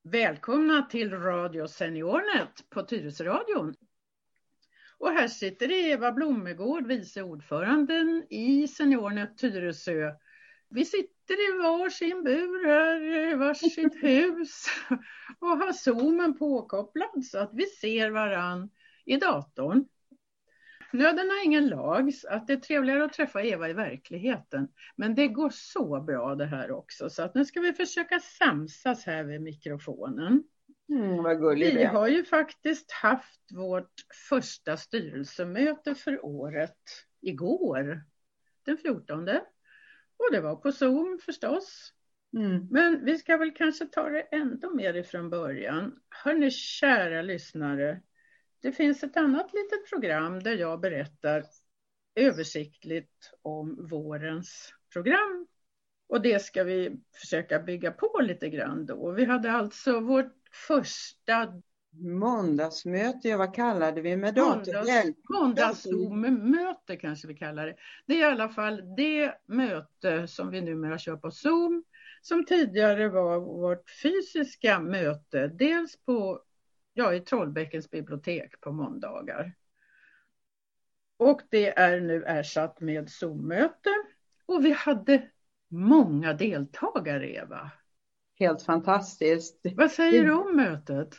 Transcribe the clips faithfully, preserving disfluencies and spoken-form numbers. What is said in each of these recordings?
Välkomna till Radio Seniornet på Tyresöradion. Och här sitter Eva Blommegård, vice ordföranden i Seniornet Tyresö. Vi sitter i varsin bur här, i varsitt hus och har zoomen påkopplad så att vi ser varann i datorn. Nöden har ingen lag, så att det är trevligare att träffa Eva i verkligheten. Men det går så bra det här också, så att nu ska vi försöka samsas här vid mikrofonen. Mm, vad gulligt. Vi har ju faktiskt haft vårt första styrelsemöte för året igår, den fjortonde. Och det var på Zoom förstås. Mm. Men vi ska väl kanske ta det ändå mer ifrån början. Hörrni kära lyssnare. Det finns ett annat litet program där jag berättar översiktligt om vårens program. Och det ska vi försöka bygga på lite grann då. Vi hade alltså vårt första måndagsmöte, vad kallade vi med datorhjälp? Måndagsmöte kanske vi kallar det. Det är i alla fall det möte som vi numera kör på Zoom. Som tidigare var vårt fysiska möte. Dels på Ja, i Trollbäckens bibliotek på måndagar. Och det är nu ersatt med Zoom-möte. Och vi hade många deltagare, Eva. Helt fantastiskt. Vad säger du om mötet?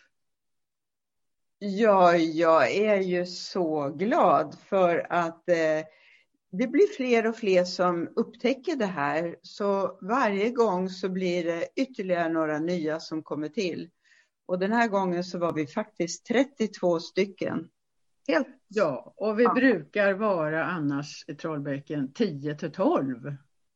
Ja, jag är ju så glad för att eh, det blir fler och fler som upptäcker det här. Så varje gång så blir det ytterligare några nya som kommer till. Och den här gången så var vi faktiskt trettiotvå stycken. Helt. Ja, och vi ja. brukar vara annars i Trollbäcken tio till tolv.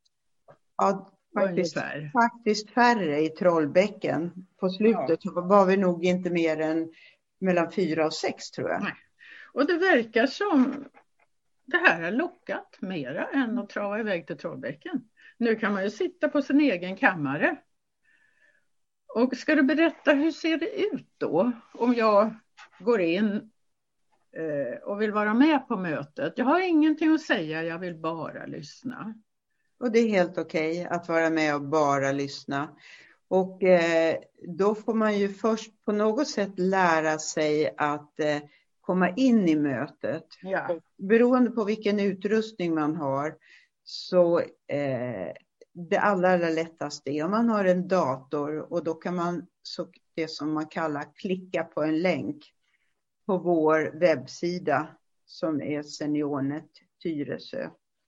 Ja, faktiskt, faktiskt färre i Trollbäcken. På slutet ja. var vi nog inte mer än mellan fyra och sex tror jag. Nej. Och det verkar som det här har lockat mera än att trava iväg till Trollbäcken. Nu kan man ju sitta på sin egen kammare. Och ska du berätta, hur ser det ut då om jag går in eh, och vill vara med på mötet? Jag har ingenting att säga, jag vill bara lyssna. Och det är helt okej att vara med och bara lyssna. Och eh, då får man ju först på något sätt lära sig att eh, komma in i mötet. Ja. Beroende på vilken utrustning man har så... Eh, Det allra, allra lättaste är om man har en dator och då kan man så det som man kallar klicka på en länk på vår webbsida som är Seniornet Tyresö.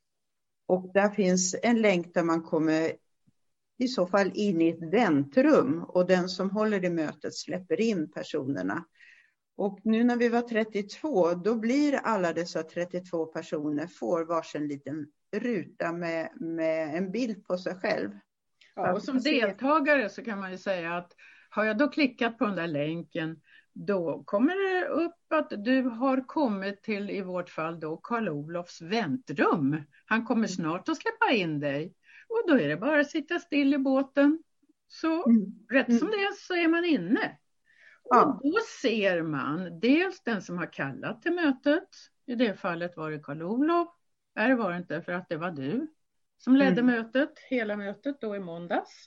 Och där finns en länk där man kommer i så fall in i ett väntrum och den som håller i mötet släpper in personerna. Och nu när vi var trettiotvå då blir alla dessa trettiotvå personer får varsin liten ruta med, med en bild på sig själv. Ja, och som deltagare så kan man ju säga att har jag då klickat på den där länken då kommer det upp att du har kommit till i vårt fall då Karl-Olofs väntrum. Han kommer snart att släppa in dig och då är det bara att sitta still i båten. Så mm. rätt som det är så är man inne. Ja. Och då ser man dels den som har kallat till mötet. I det fallet var det Karl-Olof. Här var det inte för att det var du som ledde mm. mötet, hela mötet då i måndags.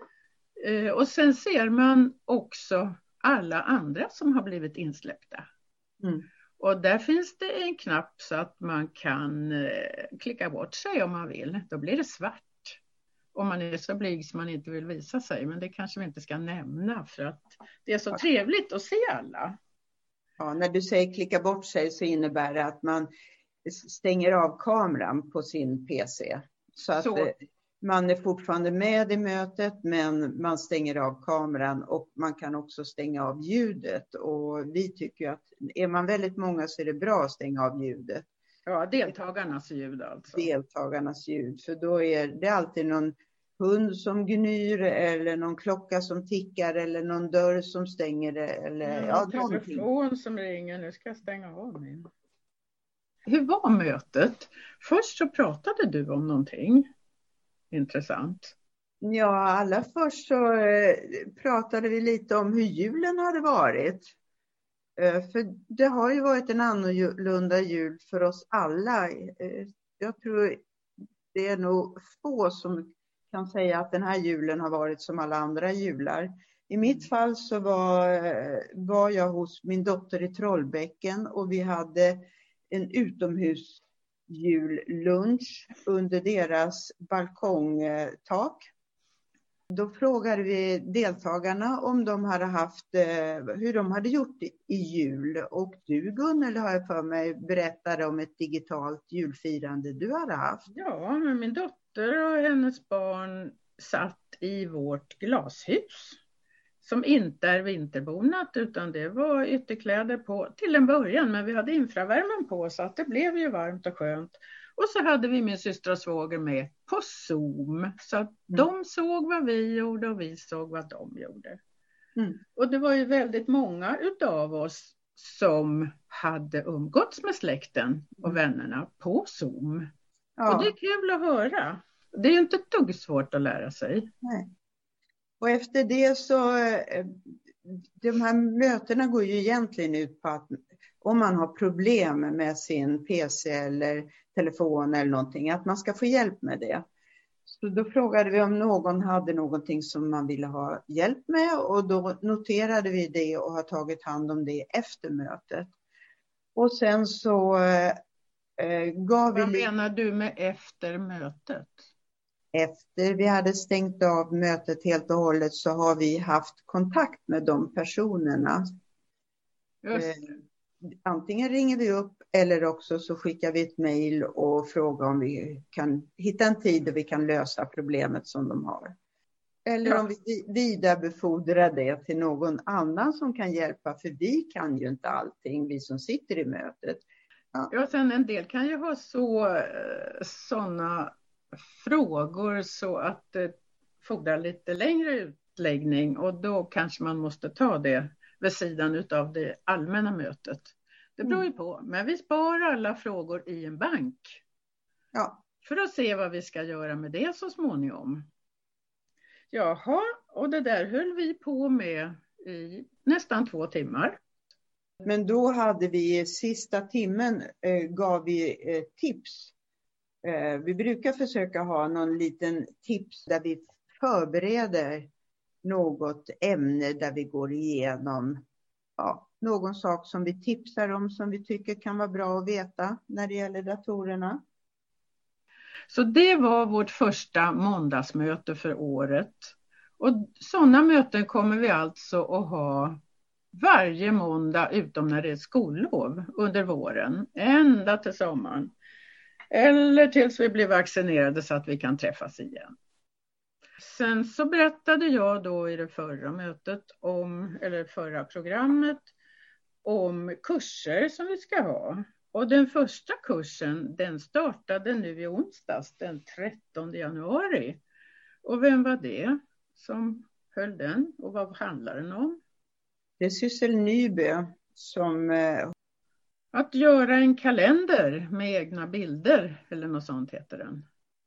Eh, och sen ser man också alla andra som har blivit insläppta. Mm. Och där finns det en knapp så att man kan eh, klicka bort sig om man vill. Då blir det svart. Om man är så blyg som man inte vill visa sig. Men det kanske vi inte ska nämna för att det är så trevligt att se alla. Ja, när du säger klicka bort sig så innebär det att man stänger av kameran på sin P C. Så att så. Man är fortfarande med i mötet men man stänger av kameran och man kan också stänga av ljudet. Och vi tycker att är man väldigt många så är det bra att stänga av ljudet. Ja, deltagarnas ljud alltså. Deltagarnas ljud, för då är det alltid någon hund som gnyr eller någon klocka som tickar eller någon dörr som stänger. Eller, mm, ja, telefon som ringer, nu ska jag stänga av min. Hur var mötet? Först så pratade du om någonting intressant. Ja, allra först så eh, pratade vi lite om hur julen hade varit. Eh, för det har ju varit en annorlunda jul för oss alla. Eh, jag tror det är nog få som kan säga att den här julen har varit som alla andra jular. I mitt fall så var, var jag hos min dotter i Trollbäcken och vi hade en utomhusjullunch under deras balkongtak. Då frågade vi deltagarna om de hade haft, hur de hade gjort i jul. Och du, Gunnel, har jag för mig, berättade om ett digitalt julfirande du hade haft. Ja, men min dotter och hennes barn satt i vårt glashus. Som inte är vinterbonat, utan det var ytterkläder på till en början. Men vi hade infravärmen på så att det blev ju varmt och skönt. Och så hade vi min syster och svåger med på Zoom. Så att mm. de såg vad vi gjorde och vi såg vad de gjorde. Mm. Och det var ju väldigt många utav oss som hade umgåtts med släkten och vännerna på Zoom. Ja. Och det är kul att höra. Det är ju inte ett dugg svårt att lära sig. Nej. Och efter det så, de här mötena går ju egentligen ut på att om man har problem med sin P C eller telefon eller någonting, att man ska få hjälp med det. Så då frågade vi om någon hade någonting som man ville ha hjälp med, och då noterade vi det och har tagit hand om det efter mötet. Och sen så eh, gav vi... Vad menar du med efter mötet? Efter vi hade stängt av mötet helt och hållet så har vi haft kontakt med de personerna. Just. Eh, antingen ringer vi upp eller också så skickar vi ett mejl och frågar om vi kan hitta en tid där vi kan lösa problemet som de har. Eller ja. om vi vidarebefordrar det till någon annan som kan hjälpa, för vi kan ju inte allting, vi som sitter i mötet. Ja, ja, sen en del kan ju ha så sådana frågor så att det fordrar lite längre utläggning, och då kanske man måste ta det vid sidan av det allmänna mötet. Det beror ju på, men vi sparar alla frågor i en bank. Ja. För att se vad vi ska göra med det så småningom. Jaha, och det där höll vi på med i nästan två timmar. Men då hade vi sista timmen eh, gav vi eh, tips. Eh, vi brukar försöka ha någon liten tips där vi förbereder något ämne där vi går igenom ja, någon sak som vi tipsar om som vi tycker kan vara bra att veta när det gäller datorerna. Så det var vårt första måndagsmöte för året. Och sådana möten kommer vi alltså att ha varje måndag utom när det är skollov under våren, ända till sommaren. Eller tills vi blir vaccinerade så att vi kan träffas igen. Sen så berättade jag då i det förra mötet om, eller förra programmet, om kurser som vi ska ha. Och den första kursen, den startade nu i onsdags, den trettonde januari. Och vem var det som höll den och vad handlar den om? Det är Sissel Nybö som... Eh... Att göra en kalender med egna bilder, eller något sånt heter den.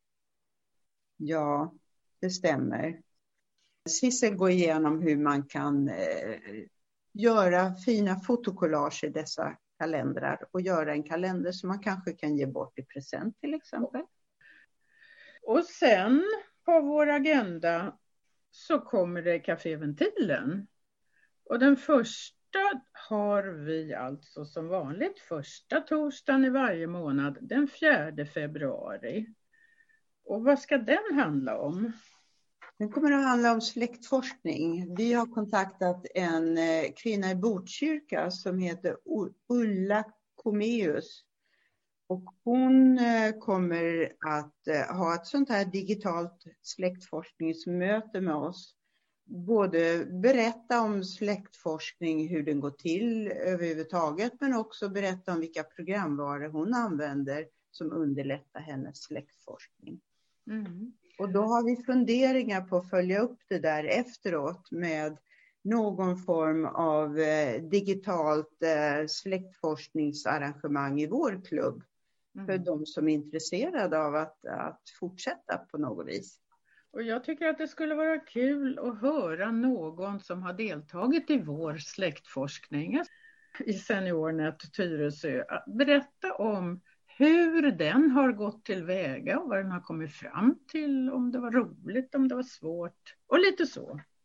Ja, det stämmer. Sissel går igenom hur man kan eh, göra fina fotokollage i dessa kalendrar och göra en kalender som man kanske kan ge bort i present till exempel. Och sen på vår agenda så kommer det Caféventilen. Och den första har vi alltså som vanligt första torsdagen i varje månad, den fjärde februari. Och vad ska den handla om? Den kommer att handla om släktforskning. Vi har kontaktat en kvinna i Botkyrka som heter Ulla Komeus. Och hon kommer att ha ett sånt här digitalt släktforskningsmöte med oss. Både berätta om släktforskning, hur den går till överhuvudtaget, men också berätta om vilka programvaror hon använder som underlättar hennes släktforskning. Mm. Och då har vi funderingar på att följa upp det där efteråt med någon form av eh, digitalt eh, släktforskningsarrangemang i vår klubb. Mm. För de som är intresserade av att, att fortsätta på något vis. Och jag tycker att det skulle vara kul att höra någon som har deltagit i vår släktforskning i SeniorNet Tyresö berätta om hur den har gått tillväga och vad den har kommit fram till, om det var roligt, om det var svårt och lite så.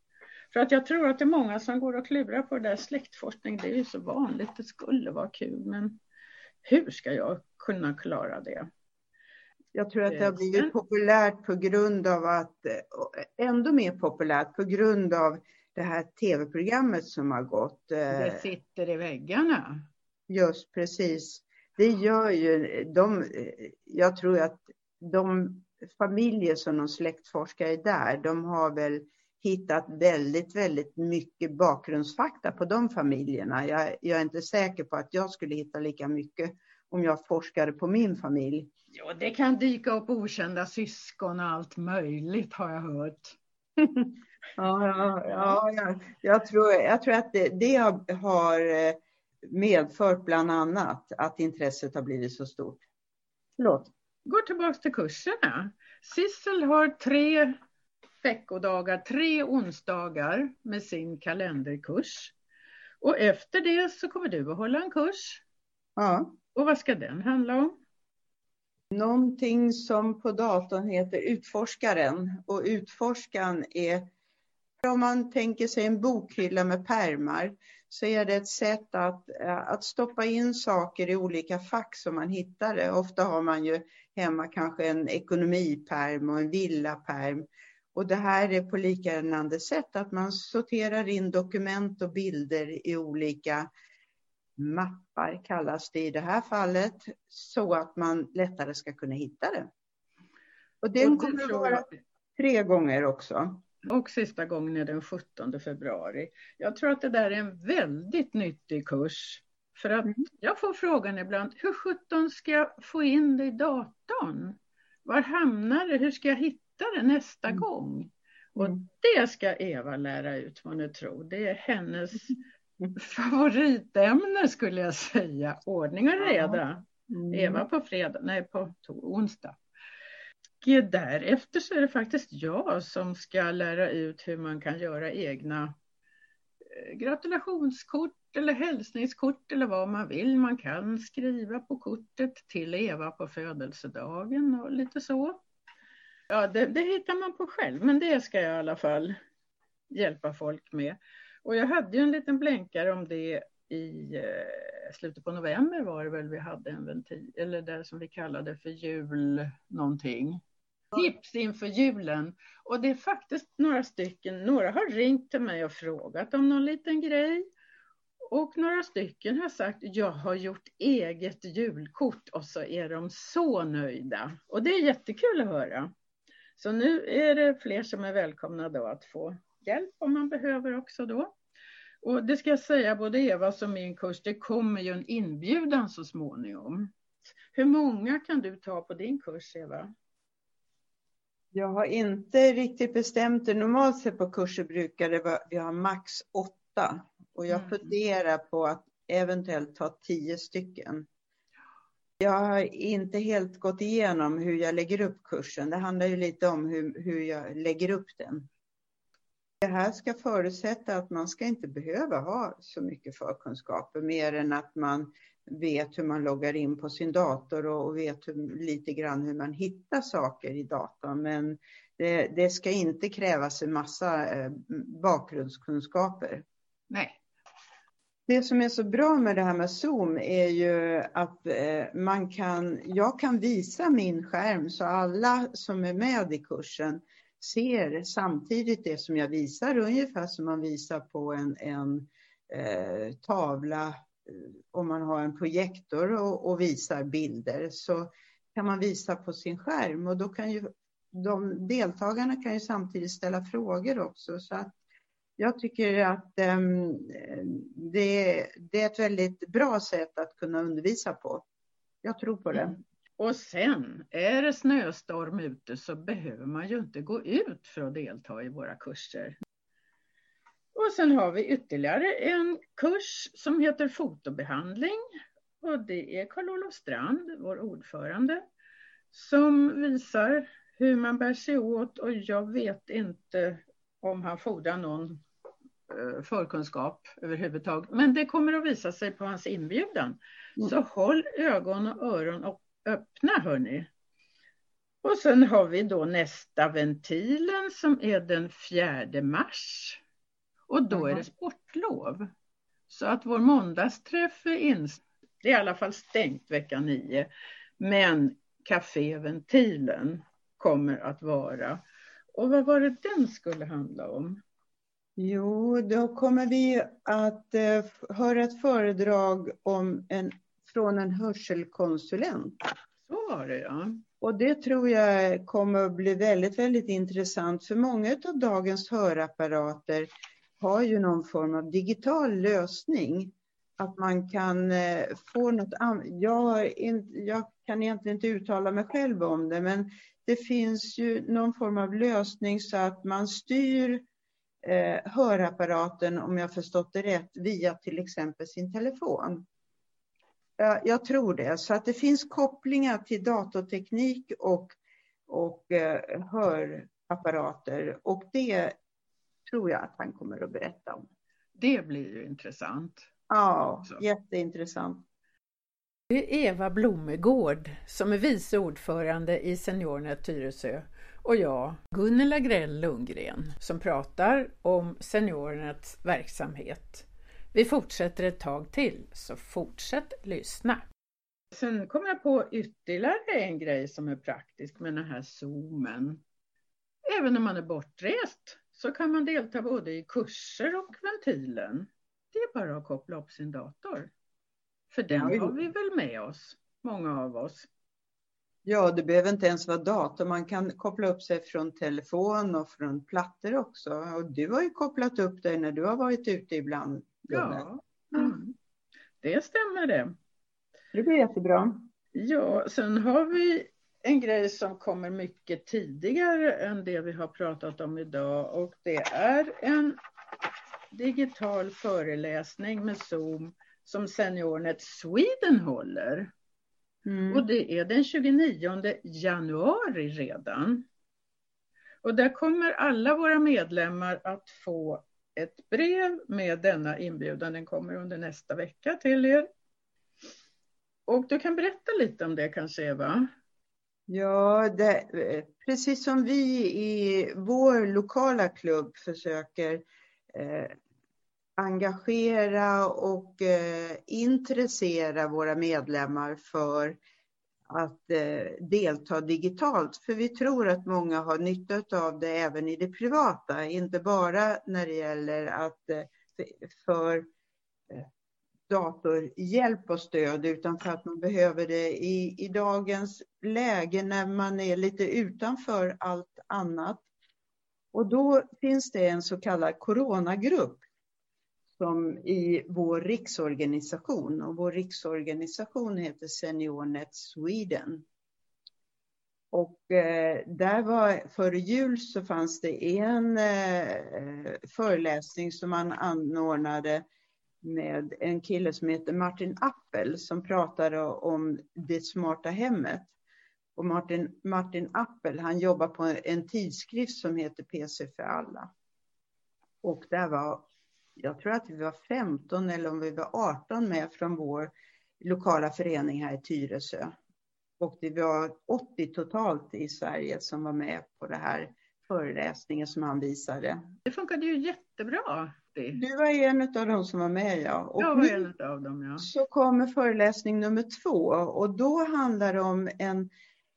För att jag tror att det är många som går och klurar på det där släktforskning. Det är ju så vanligt, det skulle vara kul. Men hur ska jag kunna klara det? Jag tror att det har blivit populärt på grund av att, ändå mer populärt på grund av det här tv-programmet som har gått. Det sitter i väggarna. Just precis. Det gör ju de, jag tror att de familjer som de släktforskar i där, de har väl hittat väldigt, väldigt mycket bakgrundsfakta på de familjerna. Jag, jag är inte säker på att jag skulle hitta lika mycket om jag forskade på min familj. Ja, det kan dyka upp okända syskon och allt möjligt har jag hört. ja, ja, ja, ja, jag, tror, jag tror att det, det har medfört bland annat att intresset har blivit så stort. Förlåt. Gå tillbaka till kurserna. Sissel har tre veckodagar, tre onsdagar med sin kalenderkurs. Och efter det så kommer du att hålla en kurs. Ja. Och vad ska den handla om? Någonting som på datorn heter utforskaren. Och utforskaren är, om man tänker sig en bokhylla med pärmar, så är det ett sätt att, att stoppa in saker i olika fack som man hittar det. Ofta har man ju hemma kanske en ekonomipärm och en villapärm. Och det här är på liknande sätt att man sorterar in dokument och bilder i olika mappar, kallas det i det här fallet, så att man lättare ska kunna hitta det. Och den och kommer att vara tre gånger också. Och sista gången är den sjuttonde februari. Jag tror att det där är en väldigt nyttig kurs. För att jag får frågan ibland, hur sjutton ska jag få in det i datorn? Var hamnar det? Hur ska jag hitta det nästa mm. gång? Och mm. det ska Eva lära ut, vad nu tror. Det är hennes favoritämne skulle jag säga. Ordning och reda. Mm. Eva på fredag, nej på onsdag. Därefter så är det faktiskt jag som ska lära ut hur man kan göra egna gratulationskort eller hälsningskort eller vad man vill. Man kan skriva på kortet till Eva på födelsedagen och lite så. Ja, det, det hittar man på själv, men det ska jag i alla fall hjälpa folk med. Och jag hade ju en liten blänkare om det i eh, slutet på november var det väl vi hade en ventil, eller det som vi kallade för jul någonting. Tips inför julen. Och det är faktiskt några stycken, några har ringt till mig och frågat om någon liten grej. Och några stycken har sagt, jag har gjort eget julkort och så är de så nöjda. Och det är jättekul att höra. Så nu är det fler som är välkomna då att få hjälp om man behöver också då. Och det ska jag säga, både Eva och min kurs, det kommer ju en inbjudan så småningom. Hur många kan du ta på din kurs, Eva? Jag har inte riktigt bestämt det. Normalt sett på kurser brukar det vara, vi har max åtta. Och jag mm. funderar på att eventuellt ta tio stycken. Jag har inte helt gått igenom hur jag lägger upp kursen. Det handlar ju lite om hur, hur jag lägger upp den. Det här ska förutsätta att man ska inte behöva ha så mycket förkunskaper. Mer än att man vet hur man loggar in på sin dator och vet hur, lite grann hur man hittar saker i datorn. Men det, det ska inte krävas en massa eh, bakgrundskunskaper. Nej. Det som är så bra med det här med Zoom är ju att eh, man kan, jag kan visa min skärm så alla som är med i kursen ser samtidigt det som jag visar, ungefär som man visar på en, en eh, tavla. Om man har en projektor och, och visar bilder så kan man visa på sin skärm, och då kan ju de deltagarna kan ju samtidigt ställa frågor också. Så att jag tycker att um, det, det är ett väldigt bra sätt att kunna undervisa på. Jag tror på det. Mm. Och sen, är det snöstorm ute så behöver man ju inte gå ut för att delta i våra kurser. Och sen har vi ytterligare en kurs som heter fotobehandling. Och det är Karl-Olof Strand, vår ordförande, som visar hur man bär sig åt. Och jag vet inte om han fordrar någon förkunskap överhuvudtaget. Men det kommer att visa sig på hans inbjudan. Mm. Så håll ögon och öron öppna, hörni. Och sen har vi då nästa ventilen som är den fjärde mars. Och då Jaha. är det sportlov. Så att vår måndagsträff är inställd. Det är i alla fall stängt vecka nio. Men kaféventilen kommer att vara. Och vad var det den skulle handla om? Jo, då kommer vi att eh, höra ett föredrag om en, från en hörselkonsulent. Så var det, ja. Och det tror jag kommer att bli väldigt, väldigt intressant. För många av dagens hörapparater har ju någon form av digital lösning. Att man kan eh, få något annat. Jag, jag kan egentligen inte uttala mig själv om det. Men det finns ju någon form av lösning så att man styr eh, hörapparaten, om jag förstått det rätt, via till exempel sin telefon. Jag, jag tror det. Så att det finns kopplingar till datorteknik och, och eh, hörapparater. Och det tror jag att han kommer att berätta om. Det blir ju intressant. Ja, jätteintressant. Det är Eva Blomegård som är vice ordförande i Seniornet Tyresö och jag, Gunilla Grell Lundgren, som pratar om Seniornets verksamhet. Vi fortsätter ett tag till, så fortsätt lyssna. Sen kom jag på ytterligare en grej som är praktisk med den här Zoomen. Även när man är bortrest så kan man delta både i kurser och ventilen. Det är bara att koppla upp sin dator. För den har vi väl med oss, många av oss. Ja, det behöver inte ens vara dator. Man kan koppla upp sig från telefon och från plattor också. Och du har ju kopplat upp dig när du har varit ute ibland. Ja, mm. Det stämmer det. Det blir jättebra. Ja, sen har vi en grej som kommer mycket tidigare än det vi har pratat om idag. Och det är en digital föreläsning med Zoom som Seniornet Sweden håller. Mm. Och det är den tjugonionde januari redan. Och där kommer alla våra medlemmar att få ett brev med denna inbjudan. Den kommer under nästa vecka till er. Och du kan berätta lite om det kanske, Eva? Ja, det, precis som vi i vår lokala klubb försöker eh, engagera och eh, intressera våra medlemmar för att eh, delta digitalt. För vi tror att många har nytta av det även i det privata. Inte bara när det gäller att eh, för eh, datorhjälp och stöd, utan för att man behöver det i, i dagens läge när man är lite utanför allt annat. Och då finns det en så kallad coronagrupp som i vår riksorganisation, och vår riksorganisation heter Seniornet Sweden. Och eh, där var före jul så fanns det en eh, föreläsning som man anordnade med en kille som heter Martin Appel som pratade om det smarta hemmet. Och Martin, Martin Appel, han jobbar på en tidskrift som heter P C för alla. Och där var, jag tror att vi var femton eller om vi var arton med från vår lokala förening här i Tyresö. Och det var åttio totalt i Sverige som var med på det här föreläsningen som han visade. Det funkade ju jättebra. Det. Du var en av dem som var med, ja. Och jag var en av dem, ja. Så kommer föreläsning nummer två. Och då handlar det om en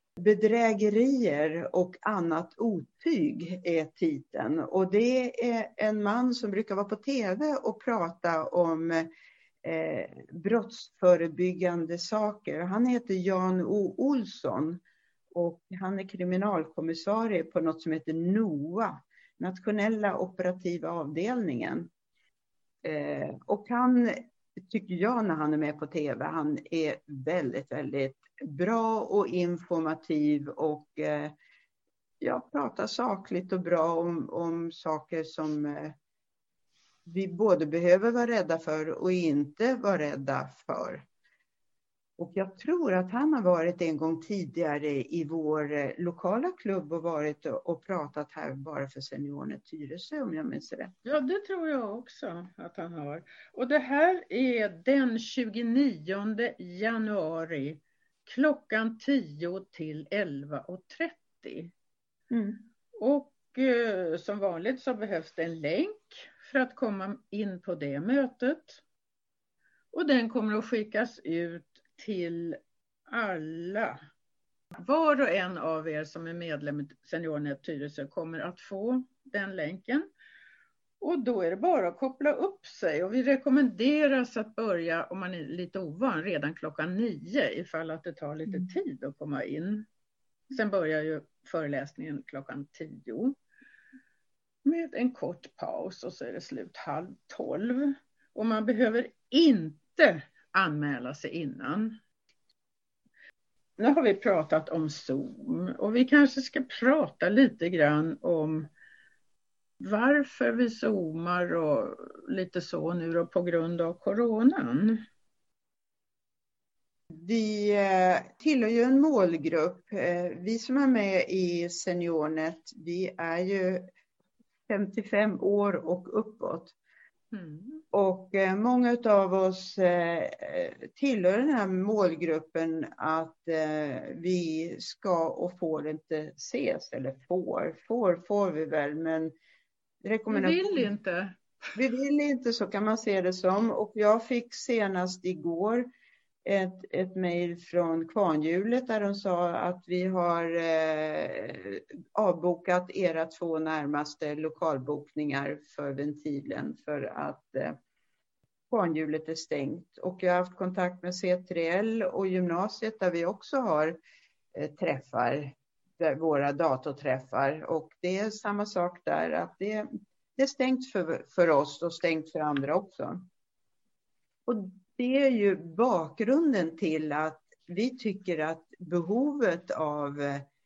bedrägerier och annat otyg är titeln. Och det är en man som brukar vara på tv och prata om eh, brottsförebyggande saker. Han heter Jan O. Olsson och han är kriminalkommissarie på något som heter NOA, Nationella operativa avdelningen. Eh, och han, tycker jag när han är med på tv, han är väldigt, väldigt bra och informativ och eh, jag pratar sakligt och bra om, om saker som eh, vi både behöver vara rädda för och inte vara rädda för. Och jag tror att han har varit en gång tidigare i vår eh, lokala klubb och varit och, och pratat här bara för Seniornet Tyresö, om jag minns rätt. Ja, det tror jag också att han har. Och det här är den tjugonionde januari klockan tio till elva och trettio. Mm. Och eh, som vanligt så behövs det en länk för att komma in på det mötet. Och den kommer att skickas ut till alla. Var och en av er som är medlem i SeniorNet Tyresö kommer att få den länken. Och då är det bara att koppla upp sig. Och vi rekommenderas att börja, om man är lite ovan, redan klockan nio. Ifall att det tar lite tid att komma in. Sen börjar ju föreläsningen klockan tio. Med en kort paus och så är det slut halv tolv. Och man behöver inte anmäla sig innan. Nu har vi pratat om Zoom och vi kanske ska prata lite grann om varför vi zoomar och lite så nu då på grund av coronan. Vi tillhör ju en målgrupp. Vi som är med i SeniorNet, vi är ju femtiofem år och uppåt. Mm. Och eh, många av oss eh, tillhör den här målgruppen att eh, vi ska och får inte ses, eller får, får, får vi väl, men rekommendation. Vi vill inte. Vi vill inte, så kan man se det som. Och jag fick senast igår ett, ett mejl från Kvarnhjulet där de sa att vi har eh, avbokat era två närmaste lokalbokningar för ventilen för att eh, Kvarnhjulet är stängt. Och jag har haft kontakt med C tre L och gymnasiet där vi också har eh, träffar, där våra datorträffar. Och det är samma sak där, att det, det är stängt för, för oss och stängt för andra också. Och det är ju bakgrunden till att vi tycker att behovet av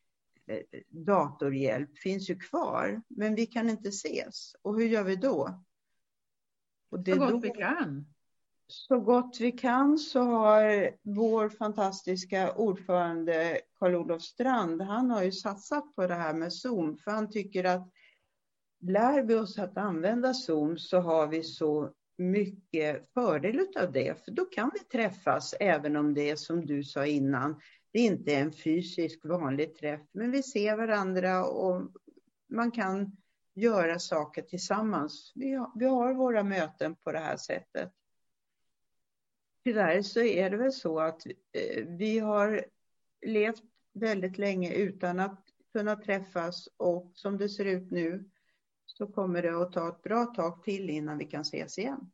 datorhjälp finns ju kvar. Men vi kan inte ses. Och hur gör vi då? Och det så gott då, vi kan. Så gott vi kan så har vår fantastiska ordförande Carl-Olof Strand, han har ju satsat på det här med Zoom. För han tycker att lär vi oss att använda Zoom så har vi så mycket fördel av det, för då kan vi träffas även om det är som du sa innan, det är inte en fysisk vanlig träff, men vi ser varandra och man kan göra saker tillsammans. Vi har, vi har våra möten på det här sättet. Tyvärr så är det väl så att eh, vi har levt väldigt länge utan att kunna träffas, och som det ser ut nu så kommer det att ta ett bra tag till innan vi kan ses igen.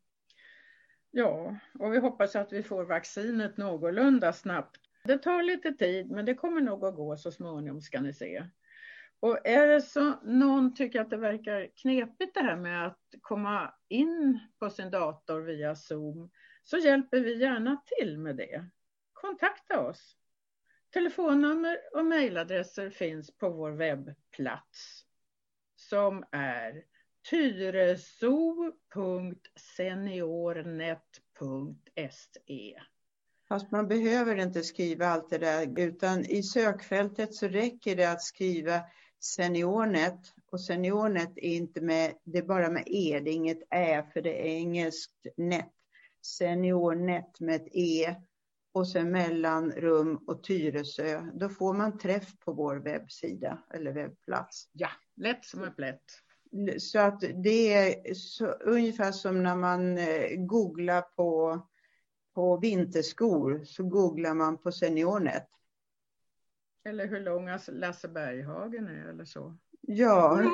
Ja, och vi hoppas att vi får vaccinet någorlunda snabbt. Det tar lite tid, men det kommer nog att gå så småningom, ska ni se. Och är det så någon tycker att det verkar knepigt det här med att komma in på sin dator via Zoom, så hjälper vi gärna till med det. Kontakta oss. Telefonnummer och mejladresser finns på vår webbplats som är tyreso punkt seniornet punkt se. Fast man behöver inte skriva allt det där, utan i sökfältet så räcker det att skriva SeniorNet, och SeniorNet är inte med, det är bara med e, det är inget ä, för det är engelskt net. SeniorNet med ett e och sen mellanrum och Tyresö, då får man träff på vår webbsida eller webbplats. Ja, lätt som en plätt. Så att det är så, ungefär som när man eh, googlar på, på vinterskor, så googlar man på SeniorNet. Eller hur långa Lasse Berghagen är eller så. Ja,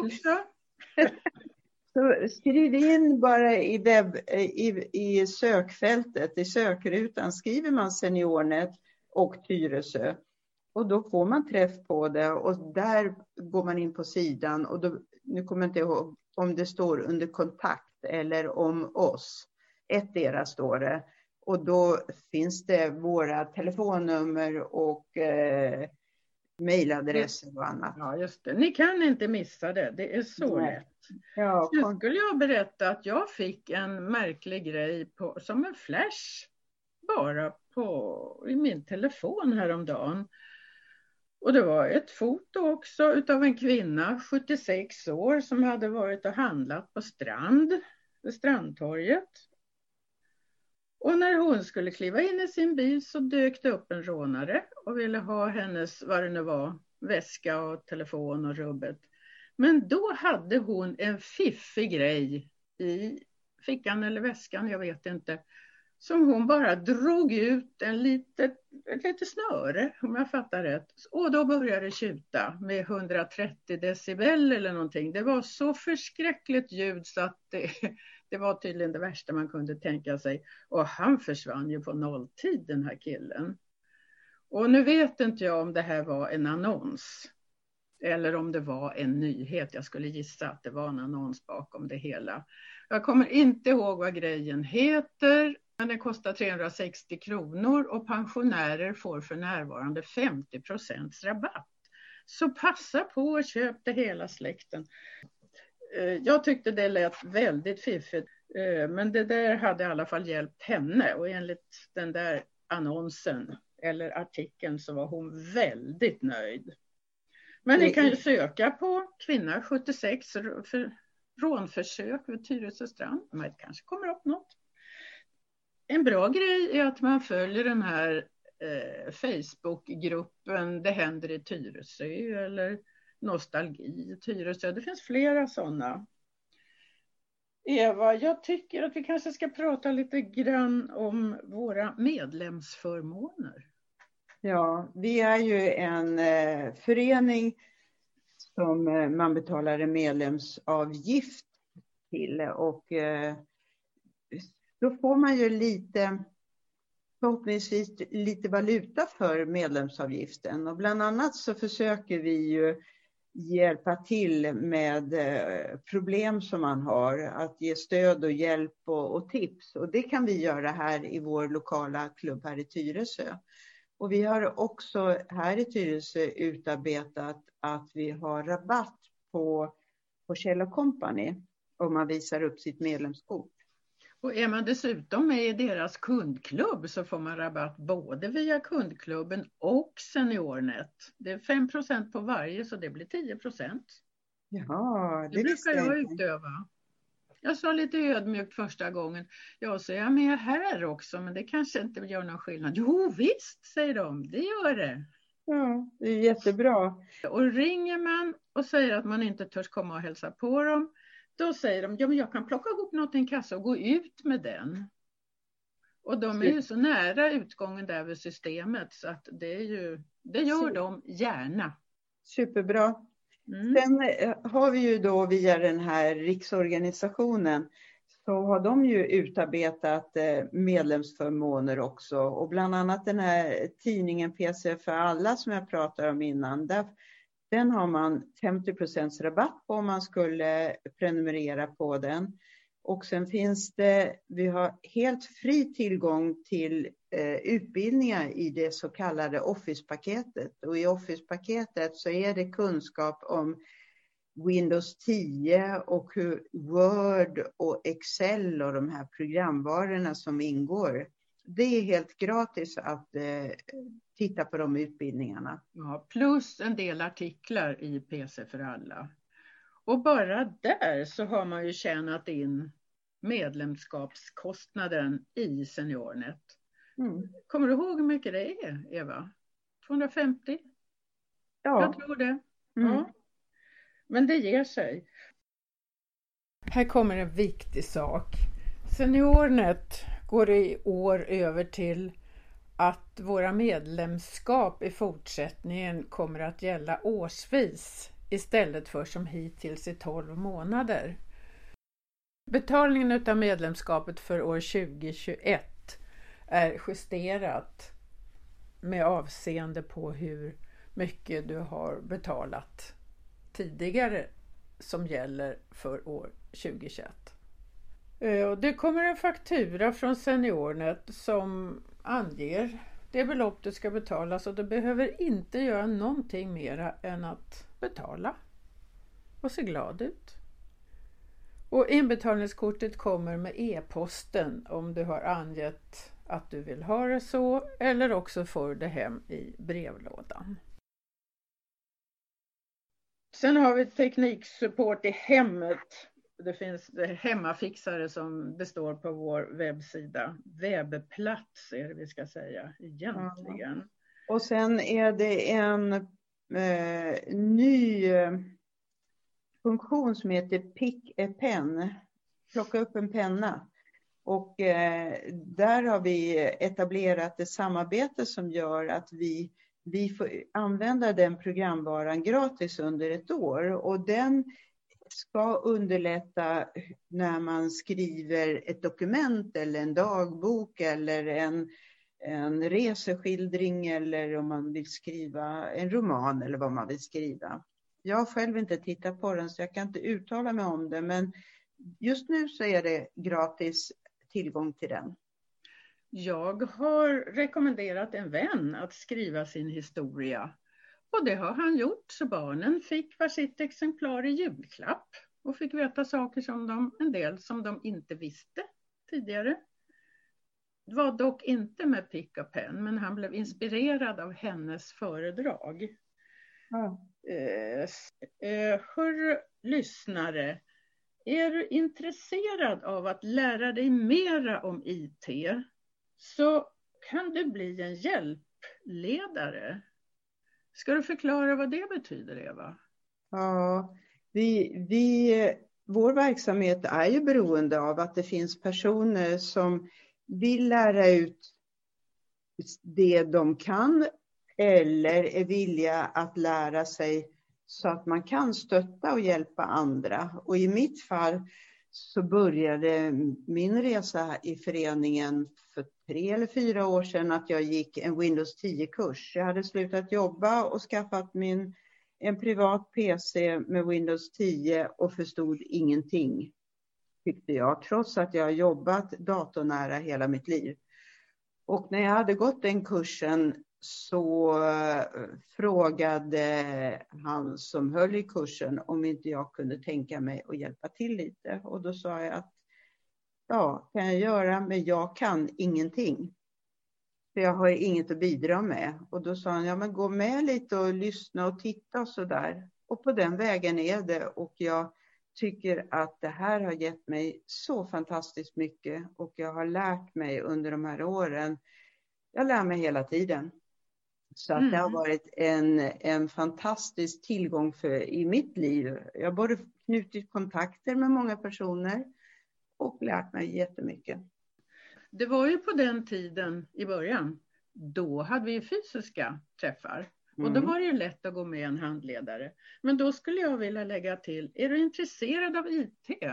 så skriv in bara i, webb, i, i sökfältet, i sökrutan skriver man SeniorNet och Tyresö. Och då får man träff på det, och där går man in på sidan, och då, nu kommer jag inte ihåg om det står under kontakt eller om oss. Ettdera står det. Och då finns det våra telefonnummer och eh, mejladresser och annat. Ja, just det. Ni kan inte missa det. Det är så Nej. lätt. Ja, nu skulle jag berätta att jag fick en märklig grej på, som en flash bara på, i min telefon häromdagen. Och det var ett foto också utav en kvinna, sjuttiosex år, som hade varit och handlat på Strand, vid Strandtorget. Och när hon skulle kliva in i sin bil så dök det upp en rånare och ville ha hennes, vad det nu var, väska och telefon och rubbet. Men då hade hon en fiffig grej i fickan eller väskan, jag vet inte, som hon bara drog ut en litet, ett litet snöre, om jag fattar rätt. Och då började det tjuta med hundratrettio decibel eller någonting. Det var så förskräckligt ljud så att det, det var tydligen det värsta man kunde tänka sig. Och han försvann ju på nolltid, den här killen. Och nu vet inte jag om det här var en annons eller om det var en nyhet. Jag skulle gissa att det var en annons bakom det hela. Jag kommer inte ihåg vad grejen heter. Men den kostar trehundrasextio kronor och pensionärer får för närvarande femtio procent rabatt. Så passa på och köp det hela släkten. Jag tyckte det lät väldigt fiffigt. Men det där hade i alla fall hjälpt henne. Och enligt den där annonsen eller artikeln så var hon väldigt nöjd. Men ni kan ju söka på kvinna sjuttiosex för rånförsök vid Tyresö strand. Men det kanske kommer upp något. En bra grej är att man följer den här eh, Facebookgruppen Det händer i Tyresö eller Nostalgi i Tyresö. Det finns flera sådana. Eva, jag tycker att vi kanske ska prata lite grann om våra medlemsförmåner. Ja, vi är ju en eh, förening som eh, man betalar en medlemsavgift till och eh, då får man ju lite, förhoppningsvis lite valuta för medlemsavgiften. Och bland annat så försöker vi ju hjälpa till med problem som man har. Att ge stöd och hjälp och, och tips. Och det kan vi göra här i vår lokala klubb här i Tyresö. Och vi har också här i Tyresö utarbetat att vi har rabatt på, på Kjell Company om man visar upp sitt medlemskort. Och är man dessutom med i deras kundklubb så får man rabatt både via kundklubben och SeniorNet. Det är fem procent på varje så det blir tio procent. Ja, det, det brukar jag utöva. Jag sa lite ödmjukt första gången. Ja, så är jag med här också men det kanske inte gör någon skillnad. Jo visst, säger de. Det gör det. Ja, det är jättebra. Och ringer man och säger att man inte törs komma och hälsa på dem. Då säger de, ja men jag kan plocka ihop något i en kassa och gå ut med den. Och de är ju så nära utgången där vid systemet så att det är ju, det gör de gärna. Superbra. Mm. Sen har vi ju då via den här riksorganisationen så har de ju utarbetat medlemsförmåner också. Och bland annat den här tidningen P C för alla som jag pratade om innan. Där Den har man femtio procent rabatt på om man skulle prenumerera på den. Och sen finns det, vi har helt fri tillgång till eh, utbildningar i det så kallade Office-paketet. Och i Office-paketet så är det kunskap om Windows tio och hur Word och Excel och de här programvarorna som ingår. Det är helt gratis att eh, titta på de utbildningarna. Ja, plus en del artiklar i P C för alla. Och bara där så har man ju tjänat in medlemskapskostnaden i SeniorNet. Mm. Kommer du ihåg hur mycket det är, Eva? tvåhundrafemtio? Ja. Jag tror det. Mm. Ja. Men det ger sig. Här kommer en viktig sak. SeniorNet går i år över till att våra medlemskap i fortsättningen kommer att gälla årsvis istället för som hittills i tolv månader. Betalningen av medlemskapet för år tjugohundratjugoett är justerat med avseende på hur mycket du har betalat tidigare som gäller för år tjugohundratjugoett. Det kommer en faktura från SeniorNet som anger det belopp du ska betala så du behöver inte göra någonting mera än att betala och se glad ut. Och inbetalningskortet kommer med e-posten om du har angett att du vill ha det så eller också får det hem i brevlådan. Sen har vi tekniksupport i hemmet. Det finns hemmafixare som består på vår webbsida. Webbplats är det vi ska säga egentligen. Ja. Och sen är det en eh, ny funktion som heter Pick a Pen. plocka upp en penna. Och eh, där har vi etablerat ett samarbete som gör att vi, vi får använda den programvaran gratis under ett år. Och den ska underlätta när man skriver ett dokument eller en dagbok eller en, en reseskildring eller om man vill skriva en roman eller vad man vill skriva. Jag har själv inte tittat på den så jag kan inte uttala mig om det, men just nu så är det gratis tillgång till den. Jag har rekommenderat en vän att skriva sin historia. Och det har han gjort, så barnen fick varsitt exemplar i julklapp. Och fick veta saker som de, en del som de inte visste tidigare. Det var dock inte med pick och penn, men han blev inspirerad av hennes föredrag. Mm. Eh, eh, hör lyssnare, är du intresserad av att lära dig mera om I T så kan du bli en hjälpledare. Ska du förklara vad det betyder, Eva? Ja, vi, vi, vår verksamhet är ju beroende av att det finns personer som vill lära ut det de kan eller är villiga att lära sig så att man kan stötta och hjälpa andra. Och i mitt fall så började min resa i föreningen för tre eller fyra år sedan att jag gick en Windows tio-kurs. Jag hade slutat jobba och skaffat min, en privat P C med Windows tio och förstod ingenting, tyckte jag, trots att jag har jobbat datornära hela mitt liv. Och när jag hade gått den kursen så frågade han som höll i kursen om inte jag kunde tänka mig att hjälpa till lite. Och då sa jag att ja, kan jag göra, men jag kan ingenting. För jag har inget att bidra med. Och då sa han, ja men gå med lite och lyssna och titta och sådär. Och på den vägen är det. Och jag tycker att det här har gett mig så fantastiskt mycket. Och jag har lärt mig under de här åren. Jag lär mig hela tiden. Så att mm. det har varit en, en fantastisk tillgång för, i mitt liv. Jag har både knutit kontakter med många personer och lärt mig jättemycket. Det var ju på den tiden i början. Då hade vi fysiska träffar. Mm. Och då var det ju lätt att gå med en handledare. Men då skulle jag vilja lägga till, är du intresserad av I T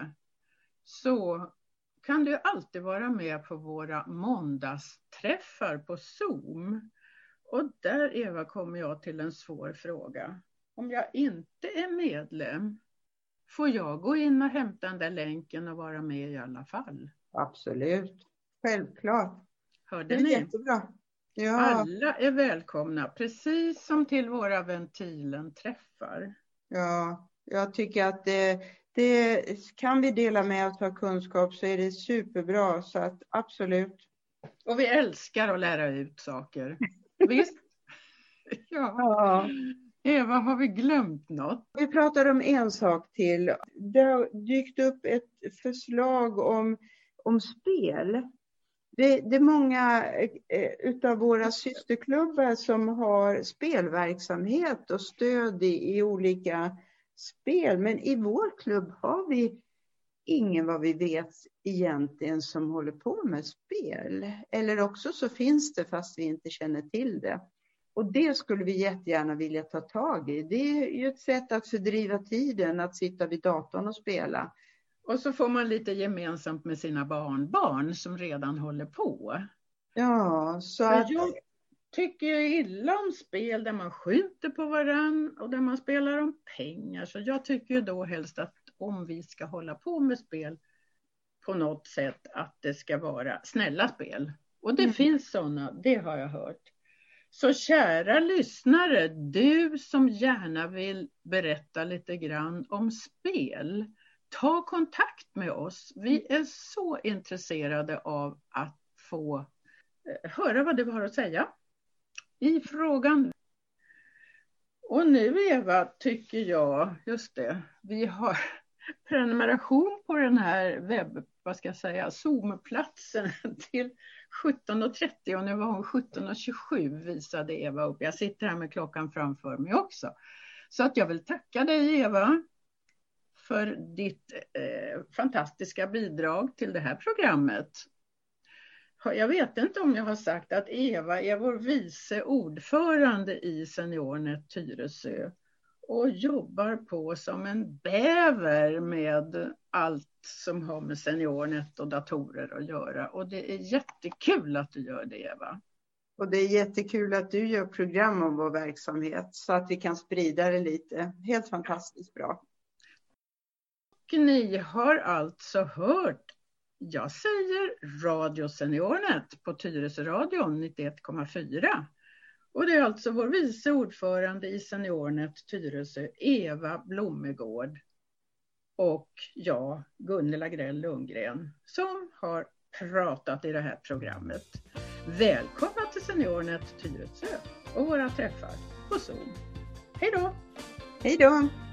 så kan du alltid vara med på våra måndagsträffar på Zoom. Och där, Eva, kommer jag till en svår fråga. Om jag inte är medlem, får jag gå in och hämta den där länken och vara med i alla fall? Absolut. Självklart. Hörde det är ni? Jättebra. Ja. Alla är välkomna, precis som till våra Ventilen-träffar. Ja, jag tycker att det, det kan vi dela med oss av kunskap så är det superbra. Så att absolut. Och vi älskar att lära ut saker. Visst? Ja. Ja. Eva, har vi glömt något? Vi pratar om en sak till. Det har dykt upp ett förslag om, om spel. Det, det är många eh, utav våra systerklubbar som har spelverksamhet och stöd i, i olika spel. Men i vår klubb har vi ingen vad vi vet egentligen som håller på med spel. Eller också så finns det fast vi inte känner till det. Och det skulle vi jättegärna vilja ta tag i. Det är ju ett sätt att fördriva tiden, att sitta vid datorn och spela. Och så får man lite gemensamt med sina barnbarn som redan håller på. Ja, så att... Jag tycker ju illa om spel där man skjuter på varann och där man spelar om pengar. Så jag tycker ju då helst att om vi ska hålla på med spel på något sätt att det ska vara snälla spel. Och det mm. finns sådana, det har jag hört. Så kära lyssnare, du som gärna vill berätta lite grann om spel, ta kontakt med oss. Vi är så intresserade av att få eh, höra vad du har att säga i frågan. Och nu, Eva, tycker jag, just det, vi har prenumeration på den här webb, vad ska jag säga, Zoom-platsen till sjutton trettio och nu var hon sjutton tjugosju visade Eva upp. Jag sitter här med klockan framför mig också. Så att jag vill tacka dig, Eva, för ditt eh, fantastiska bidrag till det här programmet. Jag vet inte om jag har sagt att Eva är vår vice ordförande i SeniorNet Tyresö och jobbar på som en bäver med allt som har med SeniorNet och datorer att göra. Och det är jättekul att du gör det, Eva. Och det är jättekul att du gör program om vår verksamhet så att vi kan sprida det lite. Helt fantastiskt bra. Och ni har alltså hört, jag säger Radio SeniorNet på Tyresö radion nittioett komma fyra. Och det är alltså vår vice ordförande i SeniorNet Tyresö, Eva Blommegård, och jag, Gunilla Grell Lundgren, som har pratat i det här programmet. Välkomna till SeniorNet Tyresö och våra träffar på Zoom. Hej då! Hej då!